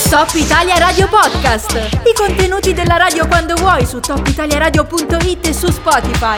Top Italia Radio Podcast. I contenuti della radio quando vuoi su topitaliaradio.it e su Spotify.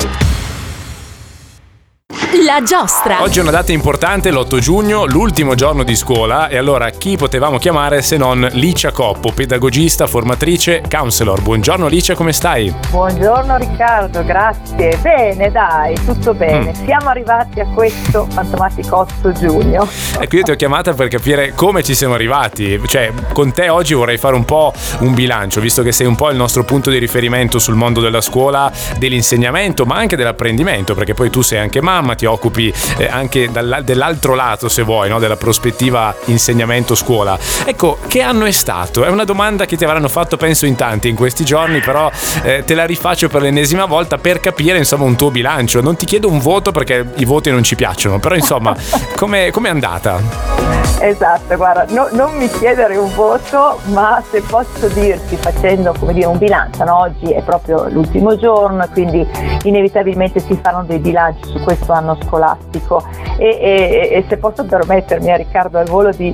La giostra. Oggi è una data importante, l'8 giugno, l'ultimo giorno di scuola, e allora chi potevamo chiamare se non Licia Coppo, pedagogista, formatrice, counselor. Buongiorno Licia, come stai? Buongiorno Riccardo, grazie. Bene, dai, tutto bene. Siamo arrivati a questo fantomatico 8 giugno. Ecco, io ti ho chiamata per capire come ci siamo arrivati. Cioè, con te oggi vorrei fare un po' un bilancio, visto che sei un po' il nostro punto di riferimento sul mondo della scuola, dell'insegnamento, ma anche dell'apprendimento, perché poi tu sei anche mamma, ti occupi anche dell'altro lato, se vuoi, no? Della prospettiva insegnamento-scuola. Ecco, che anno è stato? È una domanda che ti avranno fatto, penso, in tanti in questi giorni, però te la rifaccio per l'ennesima volta per capire, insomma, un tuo bilancio. Non ti chiedo un voto perché i voti non ci piacciono, però, insomma, com'è andata? Esatto, guarda, non mi chiedere un voto, ma se posso dirti, facendo, come dire, un bilancio, no? Oggi è proprio l'ultimo giorno, quindi inevitabilmente si faranno dei bilanci su questo anno scolastico e se posso permettermi, Riccardo, al volo di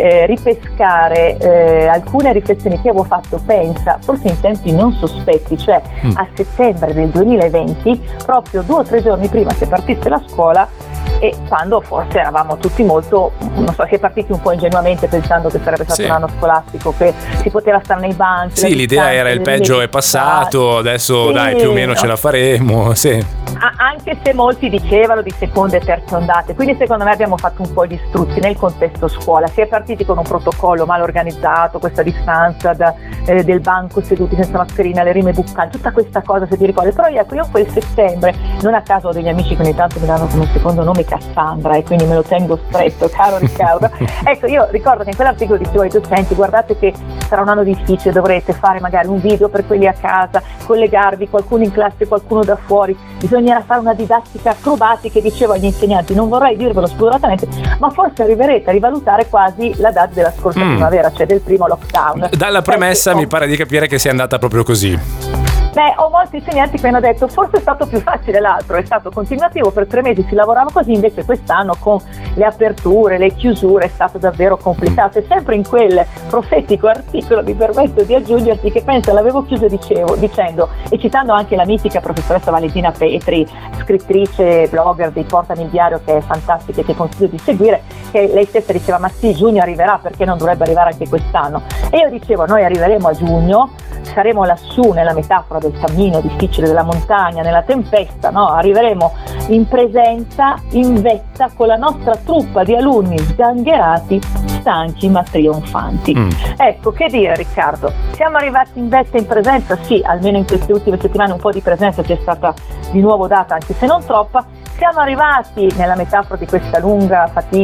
ripescare alcune riflessioni che avevo fatto, pensa, forse in tempi non sospetti, cioè a settembre del 2020, proprio 2 o 3 giorni prima che partisse la scuola, e quando forse eravamo tutti molto, non so, si è partiti un po' ingenuamente pensando che sarebbe stato un anno scolastico, che si poteva stare nei banchi. Sì, l'idea era il peggio è passato, adesso sì, dai, più o meno ce la faremo, sì. Anche se molti dicevano di seconde e terze ondate, quindi secondo me abbiamo fatto un po' gli struzzi nel contesto scuola. Si è partiti con un protocollo mal organizzato, questa distanza del banco seduti senza mascherina, le rime buccali, tutta questa cosa, se ti ricordi. Però io quel settembre, non a caso ho degli amici che ogni tanto mi danno come secondo nome Cassandra e quindi me lo tengo stretto, caro Riccardo. Ecco, io ricordo che in quell'articolo dicevo ai docenti: guardate che sarà un anno difficile, dovrete fare magari un video per quelli a casa, collegarvi, qualcuno in classe, qualcuno da fuori, bisognerà fare una didattica acrobatica. E dicevo agli insegnanti: non vorrei dirvelo spudoratamente, ma forse arriverete a rivalutare quasi la data della scorsa primavera, cioè del primo lockdown. Dalla premessa mi pare di capire che sia andata proprio così. Beh, ho molti insegnanti che mi hanno detto: forse è stato più facile l'altro, è stato continuativo, per 3 mesi si lavorava così, invece quest'anno con le aperture, le chiusure è stato davvero complicato. E sempre in quel profetico articolo mi permetto di aggiungerti che penso l'avevo chiuso dicendo, e citando anche la mitica professoressa Valentina Petri, scrittrice, blogger dei Portami il Diario, che è fantastica e che consiglio di seguire, che lei stessa diceva: ma sì, giugno arriverà, perché non dovrebbe arrivare anche quest'anno? E io dicevo: noi arriveremo a giugno, saremo lassù nella metafora del cammino difficile della montagna, nella tempesta, no? Arriveremo in presenza, in vetta, con la nostra truppa di alunni sgangherati, stanchi ma trionfanti. Ecco, che dire, Riccardo? Siamo arrivati in vetta, in presenza? Sì, almeno in queste ultime settimane un po' di presenza c'è stata di nuovo data, anche se non troppa. Siamo arrivati nella metafora di questa lunga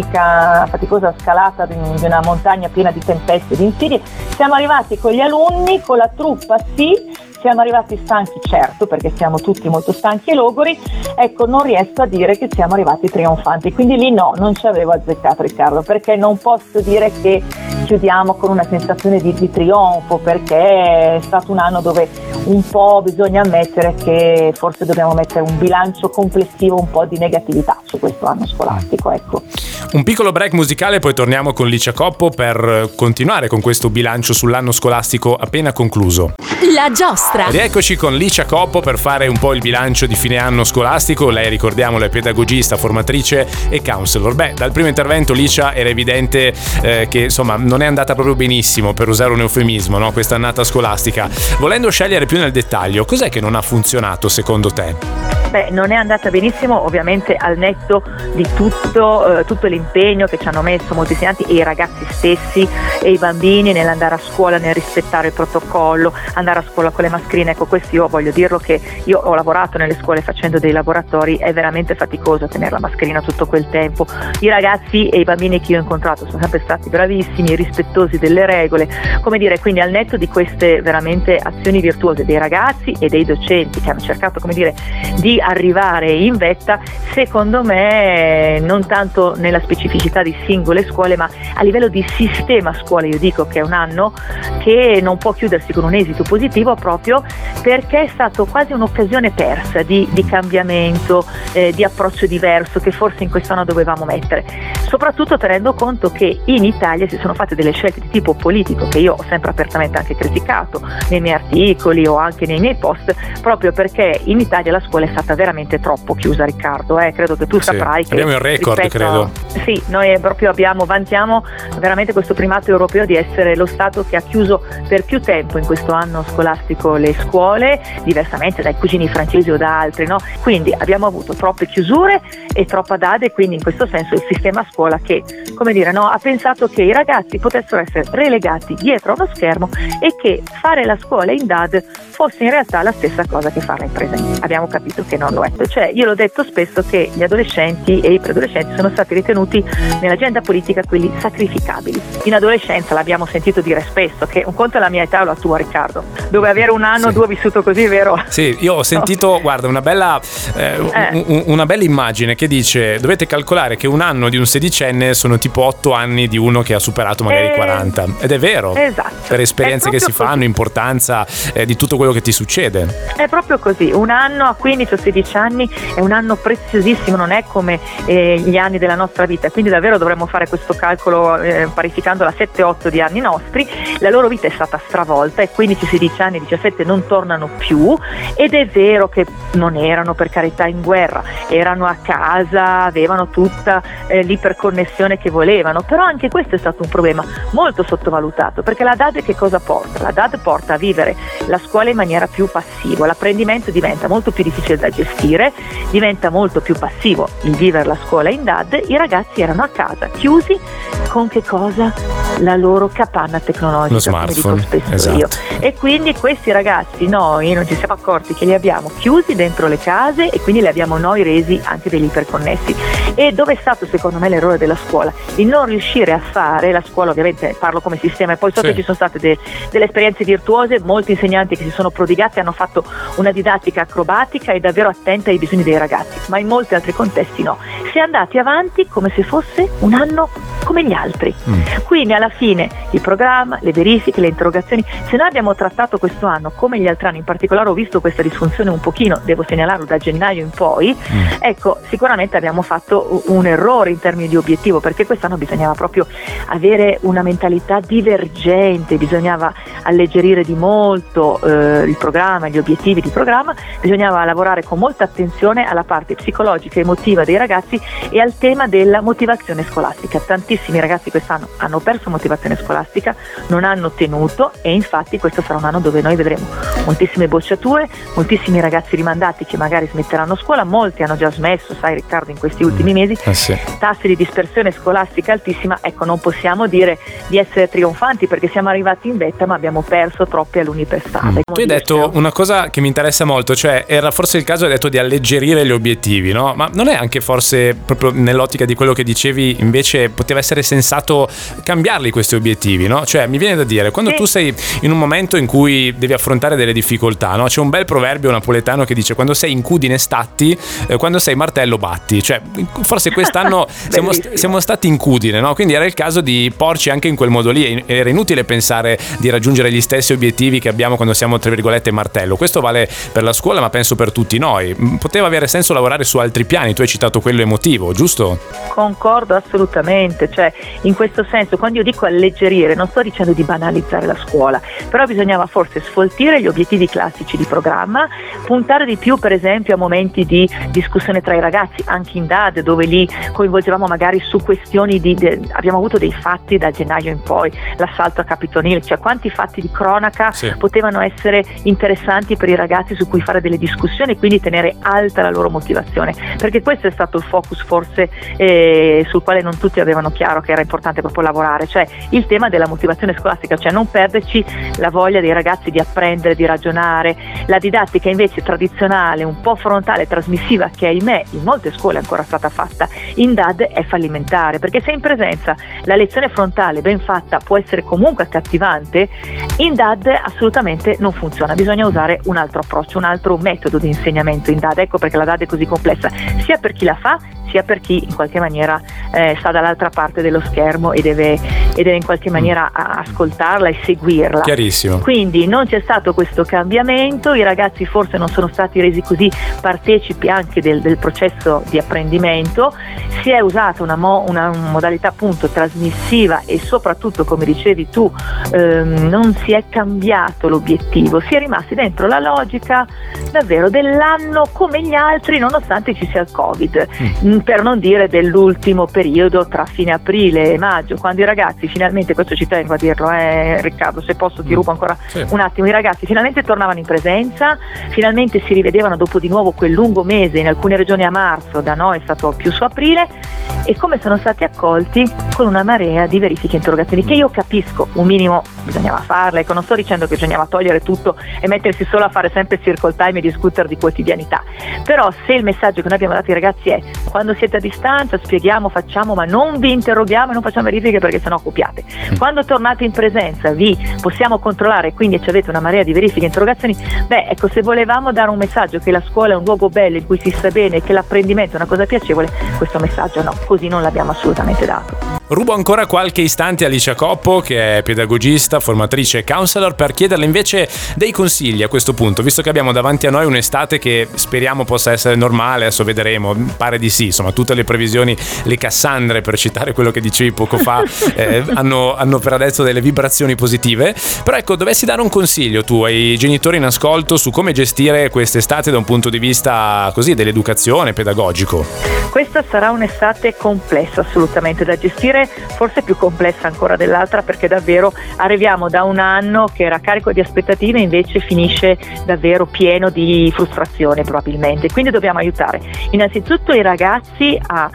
faticosa scalata di una montagna piena di tempeste e di insidie. Siamo arrivati con gli alunni, con la truppa, sì. Siamo arrivati stanchi, certo, perché siamo tutti molto stanchi e logori. Ecco, non riesco a dire che siamo arrivati trionfanti, quindi lì no, non ci avevo azzeccato, Riccardo, perché non posso dire che chiudiamo con una sensazione di trionfo, perché è stato un anno dove un po' bisogna ammettere che forse dobbiamo mettere un bilancio complessivo un po' di negatività su questo anno scolastico, ecco. Un piccolo break musicale, poi torniamo con Licia Coppo per continuare con questo bilancio sull'anno scolastico appena concluso. La giostra. Rieccoci con Licia Coppo per fare un po' il bilancio di fine anno scolastico. Lei, ricordiamolo, è pedagogista, formatrice e counselor. Beh, dal primo intervento, Licia, era evidente che insomma non è andata proprio benissimo, per usare un eufemismo, no? Questa annata scolastica. Volendo scegliere più nel dettaglio, cos'è che non ha funzionato secondo te? Beh, non è andata benissimo, ovviamente, al netto di tutto l'impegno che ci hanno messo molti insegnanti e i ragazzi stessi e i bambini nell'andare a scuola, nel rispettare il protocollo, andare a scuola con le mascherine. Ecco, questo io voglio dirlo, che io ho lavorato nelle scuole facendo dei laboratori, è veramente faticoso tenere la mascherina tutto quel tempo. I ragazzi e i bambini che io ho incontrato sono sempre stati bravissimi, rispettosi delle regole, come dire, quindi al netto di queste veramente azioni virtuose dei ragazzi e dei docenti che hanno cercato, come dire, di di arrivare in vetta, secondo me non tanto nella specificità di singole scuole, ma a livello di sistema scuola. Io dico che è un anno che non può chiudersi con un esito positivo, proprio perché è stato quasi un'occasione persa di cambiamento, di approccio diverso che forse in quest'anno dovevamo mettere, soprattutto tenendo conto che in Italia si sono fatte delle scelte di tipo politico che io ho sempre apertamente anche criticato nei miei articoli o anche nei miei post, proprio perché in Italia la scuola è stata veramente troppo chiusa, Riccardo, credo che tu saprai che abbiamo il record, credo. Sì, noi proprio vantiamo veramente questo primato europeo di essere lo Stato che ha chiuso per più tempo in questo anno scolastico le scuole, diversamente dai cugini francesi o da altri, no? Quindi abbiamo avuto troppe chiusure e troppa DAD, e quindi in questo senso il sistema scuola che, come dire, no, ha pensato che i ragazzi potessero essere relegati dietro a uno schermo e che fare la scuola in DAD fosse in realtà la stessa cosa che farla in presenza. Abbiamo capito che non lo è. Cioè, io l'ho detto spesso che gli adolescenti e i preadolescenti sono stati ritenuti nell'agenda politica quelli sacrificabili. In adolescenza l'abbiamo sentito dire spesso, che un conto è la mia età o la tua, Riccardo, dove avere un anno o due vissuto così, vero? Sì, io ho sentito, guarda, una bella immagine che dice: dovete calcolare che un anno di un sedicenne sono tipo 8 anni di uno che ha superato magari 40. Ed è vero, esatto, per esperienze che si fanno, importanza di tutto quello che ti succede. È proprio così, un anno a 15 o 16 anni è un anno preziosissimo, non è come gli anni della nostra vita, quindi davvero dovremmo fare questo calcolo parificando la 7-8 di anni nostri. La loro vita è stata stravolta e 15, 16 anni, 17 non tornano più, ed è vero che non erano, per carità, in guerra, erano a casa, avevano tutta l'iperconnessione che volevano, però anche questo è stato un problema molto sottovalutato, perché la DAD che cosa porta? La DAD porta a vivere la scuola in maniera più passiva, l'apprendimento diventa molto più difficile da gestire, diventa molto più passivo il vivere la scuola in DAD. I ragazzi erano a casa, chiusi con che cosa? La loro capanna tecnologica, lo smartphone, come dico spesso, esatto. io. E quindi questi ragazzi, noi non ci siamo accorti che li abbiamo chiusi dentro le case e quindi li abbiamo noi resi anche degli iperconnessi. E dove è stato secondo me l'errore della scuola? Il non riuscire a fare, la scuola ovviamente parlo come sistema, e poi sotto ci sono state delle esperienze virtuose, molti insegnanti che si sono prodigati, hanno fatto una didattica acrobatica e davvero attenta ai bisogni dei ragazzi, ma in molti altri contesti no. Si è andati avanti come se fosse un anno come gli altri. Quindi alla fine il programma, le verifiche, le interrogazioni, se noi abbiamo trattato questo anno come gli altri anni, in particolare ho visto questa disfunzione un pochino, devo segnalarlo, da gennaio in poi, ecco, sicuramente abbiamo fatto un errore in termini di obiettivo, perché quest'anno bisognava proprio avere una mentalità divergente, bisognava alleggerire di molto il programma, gli obiettivi di programma, bisognava lavorare con molta attenzione alla parte psicologica e emotiva dei ragazzi e al tema della motivazione scolastica. Tantissimi ragazzi quest'anno hanno perso motivazione scolastica, non hanno tenuto, e infatti questo sarà un anno dove noi vedremo moltissime bocciature, moltissimi ragazzi rimandati che magari smetteranno scuola, molti hanno già smesso, sai Riccardo, in questi ultimi mesi, tassi di dispersione scolastica altissima. Ecco, non possiamo dire di essere trionfanti perché siamo arrivati in vetta, ma abbiamo perso troppi alunni per strada. Tu hai detto una cosa che mi interessa molto, cioè era forse il caso, hai detto, di alleggerire gli obiettivi, no? Ma non è anche forse proprio nell'ottica di quello che dicevi, invece poteva essere sensato cambiarli questi obiettivi, no? Cioè mi viene da dire, quando tu sei in un momento in cui devi affrontare delle difficoltà, no? C'è un bel proverbio napoletano che dice: quando sei incudine statti, quando sei martello batti. Cioè forse quest'anno siamo stati incudine, no? Quindi era il caso di porci anche in quel modo lì. Era inutile pensare di raggiungere gli stessi obiettivi che abbiamo quando siamo, tra virgolette, martello. Questo vale per la scuola, ma penso per tutti noi. Poteva avere senso lavorare su altri piani. Tu hai citato quello emotivo, giusto? Concordo assolutamente, cioè in questo senso, quando io dico alleggerire, non sto dicendo di banalizzare la scuola, però bisognava forse sfoltire gli obiettivi classici di programma, puntare di più per esempio a momenti di discussione tra i ragazzi, anche in DAD, dove lì coinvolgevamo magari su questioni abbiamo avuto dei fatti da gennaio in poi, l'assalto a Capitol Hill, cioè quanti fatti di cronaca potevano essere interessanti per i ragazzi su cui fare delle discussioni, quindi tenere alta la loro motivazione, perché questo è stato il focus forse sul quale non tutti avevano chiaro che era importante proprio lavorare, cioè il tema della motivazione scolastica, cioè non perderci la voglia dei ragazzi di apprendere, di ragionare. La didattica invece tradizionale, un po' frontale, trasmissiva, che ahimè in molte scuole è ancora stata fatta in DAD, è fallimentare, perché se in presenza la lezione frontale ben fatta può essere comunque accattivante, in DAD assolutamente non funziona. Bisogna usare un altro approccio, un altro metodo di insegnamento in DAD. Ecco perché la DAD è così complessa, sia per chi la fa sia per chi in qualche maniera sta dall'altra parte dello schermo e deve in qualche maniera ascoltarla e seguirla. Chiarissimo. Quindi non c'è stato questo cambiamento, i ragazzi forse non sono stati resi così partecipi anche del processo di apprendimento, si è usata una modalità appunto trasmissiva e soprattutto, come dicevi tu, non si è cambiato l'obiettivo, si è rimasti dentro la logica davvero dell'anno come gli altri, nonostante ci sia il Covid, per non dire dell'ultimo periodo tra fine aprile e maggio, quando i ragazzi finalmente, questo ci tengo a dirlo, Riccardo, se posso ti rubo ancora un attimo, i ragazzi finalmente tornavano in presenza, finalmente si rivedevano dopo di nuovo quel lungo mese, in alcune regioni a marzo, da noi è stato più su aprile, e come sono stati accolti con una marea di verifiche e interrogazioni, che io capisco, un minimo bisognava farle, ecco, non sto dicendo che bisognava togliere tutto e mettersi solo a fare sempre circle time e discutere di quotidianità, però se il messaggio che noi abbiamo dato ai ragazzi è: quando siete a distanza spieghiamo, facciamo, ma non vi interroghiamo e non facciamo verifiche perché sennò copiate. Quando tornate in presenza vi possiamo controllare, quindi ci avete una marea di verifiche e interrogazioni. Ecco, se volevamo dare un messaggio che la scuola è un luogo bello in cui si sta bene e che l'apprendimento è una cosa piacevole, questo messaggio no, così non l'abbiamo assolutamente dato. Rubo ancora qualche istante a Alicia Coppo, che è pedagogista, formatrice e counselor, per chiederle invece dei consigli a questo punto, visto che abbiamo davanti a noi un'estate che speriamo possa essere normale, adesso vedremo, pare di sì, insomma tutte le previsioni, le Cassandre, per citare quello che dicevi poco fa, hanno per adesso delle vibrazioni positive, però ecco, dovessi dare un consiglio tu ai genitori in ascolto su come gestire quest'estate da un punto di vista così dell'educazione pedagogico. Questa sarà un'estate complessa assolutamente da gestire, forse più complessa ancora dell'altra, perché davvero arriviamo da un anno che era carico di aspettative, invece finisce davvero pieno di frustrazione probabilmente, quindi dobbiamo aiutare innanzitutto i ragazzi a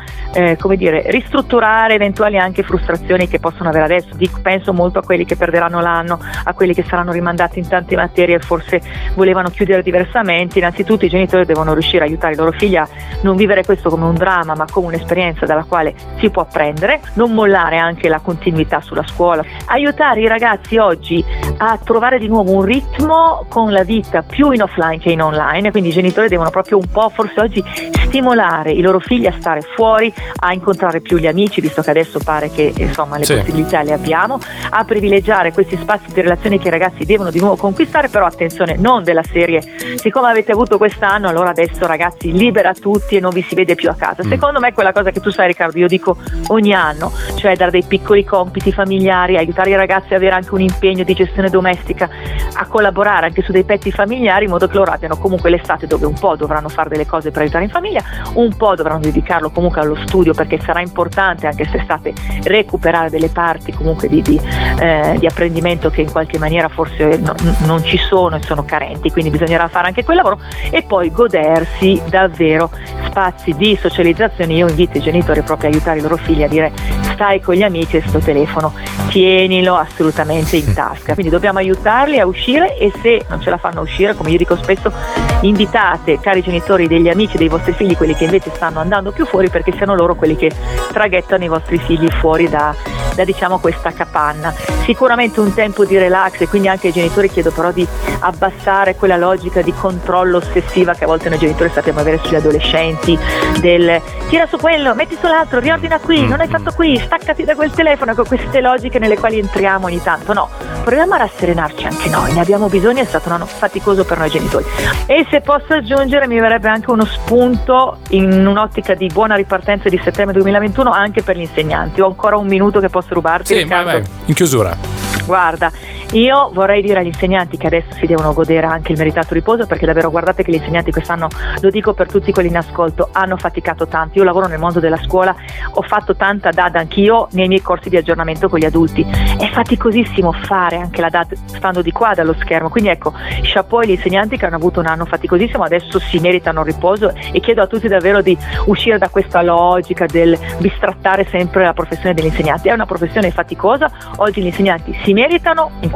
ristrutturare eventuali anche frustrazioni che possono avere adesso. Penso molto a quelli che perderanno l'anno, a quelli che saranno rimandati in tante materie e forse volevano chiudere diversamente. Innanzitutto i genitori devono riuscire a aiutare i loro figli a non vivere questo come un dramma, ma come un'esperienza dalla quale si può apprendere, non mollare anche la continuità sulla scuola, aiutare i ragazzi oggi a trovare di nuovo un ritmo con la vita più in offline che in online, quindi i genitori devono proprio un po' forse oggi stimolare i loro figli a stare fuori, a incontrare più gli amici, visto che adesso pare che insomma le possibilità le abbiamo, a privilegiare questi spazi di relazione che i ragazzi devono di nuovo conquistare, però attenzione, non della serie siccome avete avuto quest'anno allora adesso ragazzi libera tutti e non vi si vede più a casa. Secondo me è quella cosa che tu sai, Riccardo, io dico ogni anno, cioè dare dei piccoli compiti familiari, aiutare i ragazzi a avere anche un impegno di gestione domestica, a collaborare anche su dei pezzi familiari, in modo che loro abbiano comunque l'estate dove un po' dovranno fare delle cose per aiutare in famiglia, un po' dovranno dedicarlo comunque allo studio, perché sarà importante anche quest'estate recuperare delle parti comunque di apprendimento che in qualche maniera forse non ci sono e sono carenti, quindi bisognerà fare anche quel lavoro e poi godersi davvero spazi di socializzazione. Io invito i genitori proprio a aiutare i loro figli a dire: stai con gli amici e sto telefono tienilo assolutamente in tasca. Quindi dobbiamo aiutarli a uscire, e se non ce la fanno a uscire, come io dico spesso, invitate, cari genitori, degli amici dei vostri figli, quelli che invece stanno andando più fuori, perché siano loro quelli che traghettano i vostri figli fuori da diciamo questa capanna. Sicuramente un tempo di relax, e quindi anche ai genitori chiedo però di abbassare quella logica di controllo ossessiva che a volte noi genitori sappiamo avere sugli adolescenti, del tira su quello, metti sull'altro, riordina qui, non hai fatto qui, staccati da quel telefono, con queste logiche nelle quali entriamo ogni tanto. No, proviamo a rasserenarci anche noi, ne abbiamo bisogno, è stato un anno faticoso per noi genitori. E se posso aggiungere, mi verrebbe anche uno spunto in un'ottica di buona ripartenza di settembre 2021 anche per gli insegnanti. Ho ancora un minuto che posso rubarti? Sì, vai, in chiusura. Guarda, io vorrei dire agli insegnanti che adesso si devono godere anche il meritato riposo, perché davvero guardate che gli insegnanti quest'anno, lo dico per tutti quelli in ascolto, hanno faticato tanto. Io lavoro nel mondo della scuola, ho fatto tanta DAD anch'io nei miei corsi di aggiornamento con gli adulti, è faticosissimo fare anche la DAD stando di qua dallo schermo, quindi ecco, chapeau agli insegnanti che hanno avuto un anno faticosissimo, adesso si meritano riposo, e chiedo a tutti davvero di uscire da questa logica del bistrattare sempre la professione degli insegnanti. È una professione faticosa, oggi gli insegnanti si meritano in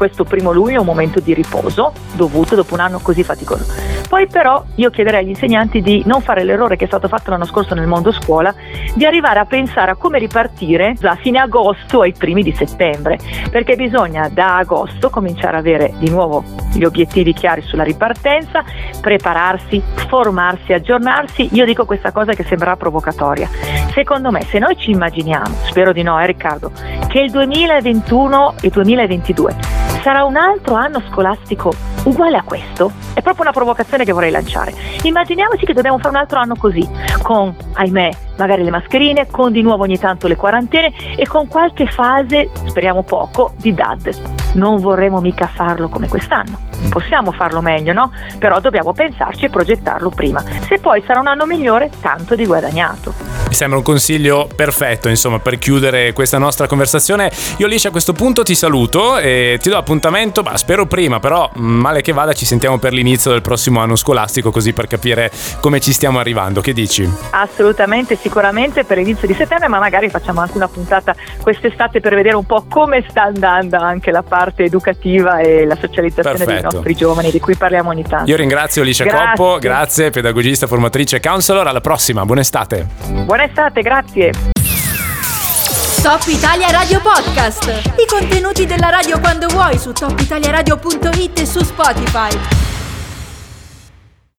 questo 1° luglio è un momento di riposo dovuto dopo un anno così faticoso. Poi però io chiederei agli insegnanti di non fare l'errore che è stato fatto l'anno scorso nel mondo scuola, di arrivare a pensare a come ripartire da fine agosto ai primi di settembre, perché bisogna da agosto cominciare a avere di nuovo gli obiettivi chiari sulla ripartenza, prepararsi, formarsi, aggiornarsi. Io dico questa cosa che sembrerà provocatoria. Secondo me, se noi ci immaginiamo, spero di no, Riccardo, che il 2021 e 2022 sarà un altro anno scolastico uguale a questo, è proprio una provocazione che vorrei lanciare. Immaginiamoci che dobbiamo fare un altro anno così, con, ahimè, magari le mascherine, con di nuovo ogni tanto le quarantene e con qualche fase, speriamo poco, di DAD. Non vorremmo mica farlo come quest'anno. Possiamo farlo meglio, no? Però dobbiamo pensarci e progettarlo prima. Se poi sarà un anno migliore, tanto di guadagnato. Mi sembra un consiglio perfetto, insomma, per chiudere questa nostra conversazione. Io, Alicia, a questo punto ti saluto e ti do appuntamento, spero prima, però male che vada ci sentiamo per l'inizio del prossimo anno scolastico, così per capire come ci stiamo arrivando. Che dici? Assolutamente, sicuramente per l'inizio di settembre, ma magari facciamo anche una puntata quest'estate per vedere un po' come sta andando anche la parte educativa e la socializzazione dei nostri giovani, di cui parliamo ogni tanto. Io ringrazio Alicia Coppo, grazie, pedagogista, formatrice, counselor. Alla prossima, buona estate. Buona estate, grazie. Top Italia Radio Podcast. I contenuti della radio quando vuoi su topitaliaradio.it e su Spotify.